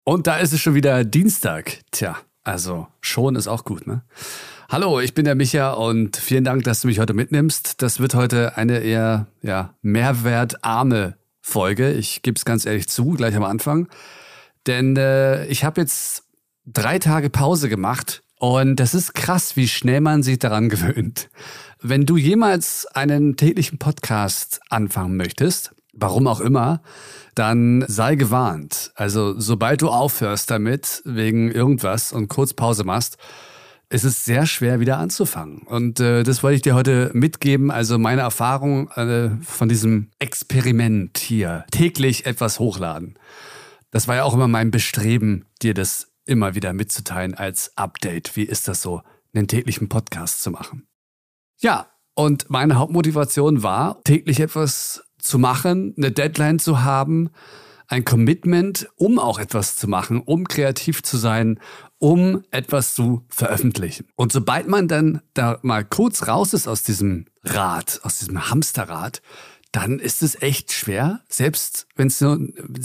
Und da ist es schon wieder Dienstag. Tja, also schon ist auch gut, ne? Hallo, ich bin der Micha und vielen Dank, dass du mich heute mitnimmst. Das wird heute eine eher mehrwertarme Folge. Ich gebe es ganz ehrlich zu, gleich am Anfang. Denn ich habe jetzt 3 Tage Pause gemacht und das ist krass, wie schnell man sich daran gewöhnt. Wenn du jemals einen täglichen Podcast anfangen möchtest, warum auch immer, dann sei gewarnt. Also sobald du aufhörst damit, wegen irgendwas und kurz Pause machst, ist es sehr schwer wieder anzufangen. Und das wollte ich dir heute mitgeben. Also meine Erfahrung von diesem Experiment hier, täglich etwas hochladen. Das war ja auch immer mein Bestreben, dir das immer wieder mitzuteilen als Update. Wie ist das so, einen täglichen Podcast zu machen? Ja, und meine Hauptmotivation war, täglich etwas zu machen, eine Deadline zu haben, ein Commitment, um auch etwas zu machen, um kreativ zu sein, um etwas zu veröffentlichen. Und sobald man dann da mal kurz raus ist aus diesem Rad, aus diesem Hamsterrad, dann ist es echt schwer, selbst wenn es nur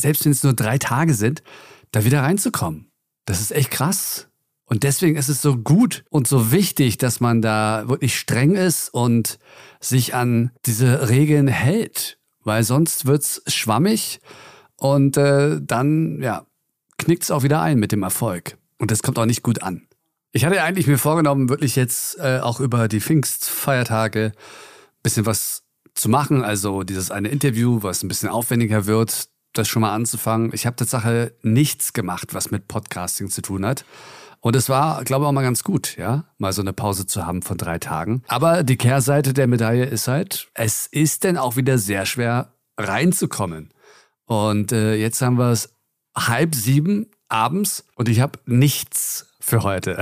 3 Tage sind, da wieder reinzukommen. Das ist echt krass. Und deswegen ist es so gut und so wichtig, dass man da wirklich streng ist und sich an diese Regeln hält. Weil sonst wird's schwammig und dann knickt es auch wieder ein mit dem Erfolg. Und das kommt auch nicht gut an. Ich hatte eigentlich mir vorgenommen, wirklich jetzt auch über die Pfingstfeiertage ein bisschen was zu machen. Also dieses eine Interview, was ein bisschen aufwendiger wird, das schon mal anzufangen. Ich habe tatsächlich nichts gemacht, was mit Podcasting zu tun hat. Und es war, glaube ich, auch mal ganz gut, ja, mal so eine Pause zu haben von 3 Tagen. Aber die Kehrseite der Medaille ist halt, es ist dann auch wieder sehr schwer reinzukommen. Und jetzt haben wir es 6:30 abends und ich habe nichts für heute.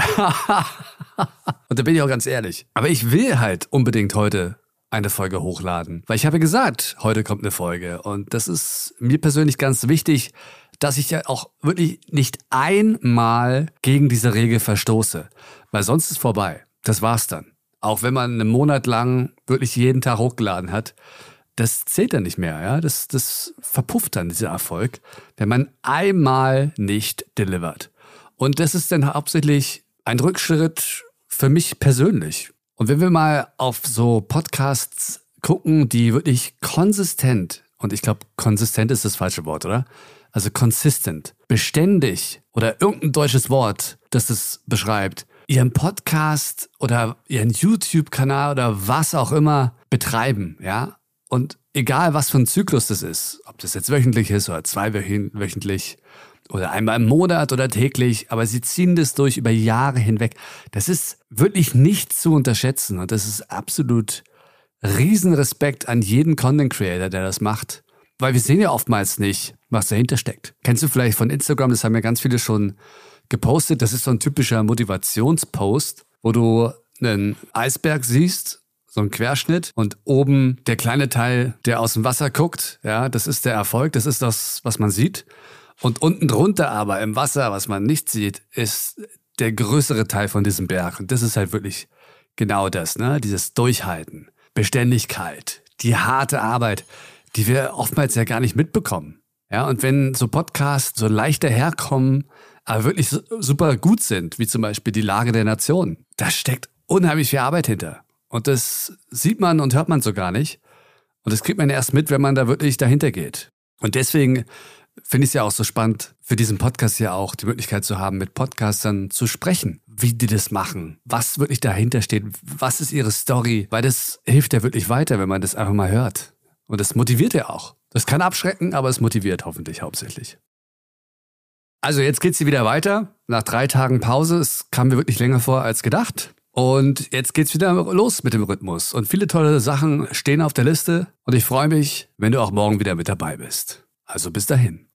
Und da bin ich auch ganz ehrlich. Aber ich will halt unbedingt heute eine Folge hochladen. Weil ich habe gesagt, heute kommt eine Folge. Und das ist mir persönlich ganz wichtig, dass ich ja auch wirklich nicht einmal gegen diese Regel verstoße. Weil sonst ist vorbei. Das war's dann. Auch wenn man einen Monat lang wirklich jeden Tag hochgeladen hat, das zählt dann nicht mehr. Ja? Das verpufft dann, dieser Erfolg, wenn man einmal nicht delivert. Und das ist dann hauptsächlich ein Rückschritt für mich persönlich. Und wenn wir mal auf so Podcasts gucken, die wirklich konsistent, und ich glaube, konsistent ist das falsche Wort, oder? Also consistent, beständig oder irgendein deutsches Wort, das das beschreibt, ihren Podcast oder ihren YouTube-Kanal oder was auch immer betreiben, ja? Und egal, was für ein Zyklus das ist, ob das jetzt wöchentlich ist oder 2-wöchentlich oder einmal im Monat oder täglich, aber sie ziehen das durch über Jahre hinweg. Das ist wirklich nicht zu unterschätzen und das ist absolut Riesenrespekt an jeden Content Creator, der das macht. Weil wir sehen ja oftmals nicht, was dahinter steckt. Kennst du vielleicht von Instagram, das haben ja ganz viele schon gepostet, das ist so ein typischer Motivationspost, wo du einen Eisberg siehst, so ein Querschnitt und oben der kleine Teil, der aus dem Wasser guckt, ja, das ist der Erfolg, das ist das, was man sieht. Und unten drunter aber im Wasser, was man nicht sieht, ist der größere Teil von diesem Berg. Und das ist halt wirklich genau das, ne? Dieses Durchhalten, Beständigkeit, die harte Arbeit, die wir oftmals ja gar nicht mitbekommen. Ja, und wenn so Podcasts so leicht daherkommen, aber wirklich super gut sind, wie zum Beispiel die Lage der Nation, da steckt unheimlich viel Arbeit hinter. Und das sieht man und hört man so gar nicht. Und das kriegt man erst mit, wenn man da wirklich dahinter geht. Und deswegen finde ich es ja auch so spannend, für diesen Podcast ja auch die Möglichkeit zu haben, mit Podcastern zu sprechen, wie die das machen, was wirklich dahinter steht, was ist ihre Story, weil das hilft ja wirklich weiter, wenn man das einfach mal hört. Und das motiviert ja auch. Das kann abschrecken, aber es motiviert hoffentlich hauptsächlich. Also jetzt geht's hier wieder weiter, nach 3 Tagen Pause. Es kam mir wirklich länger vor als gedacht. Und jetzt geht's wieder los mit dem Rhythmus. Und viele tolle Sachen stehen auf der Liste. Und ich freue mich, wenn du auch morgen wieder mit dabei bist. Also bis dahin.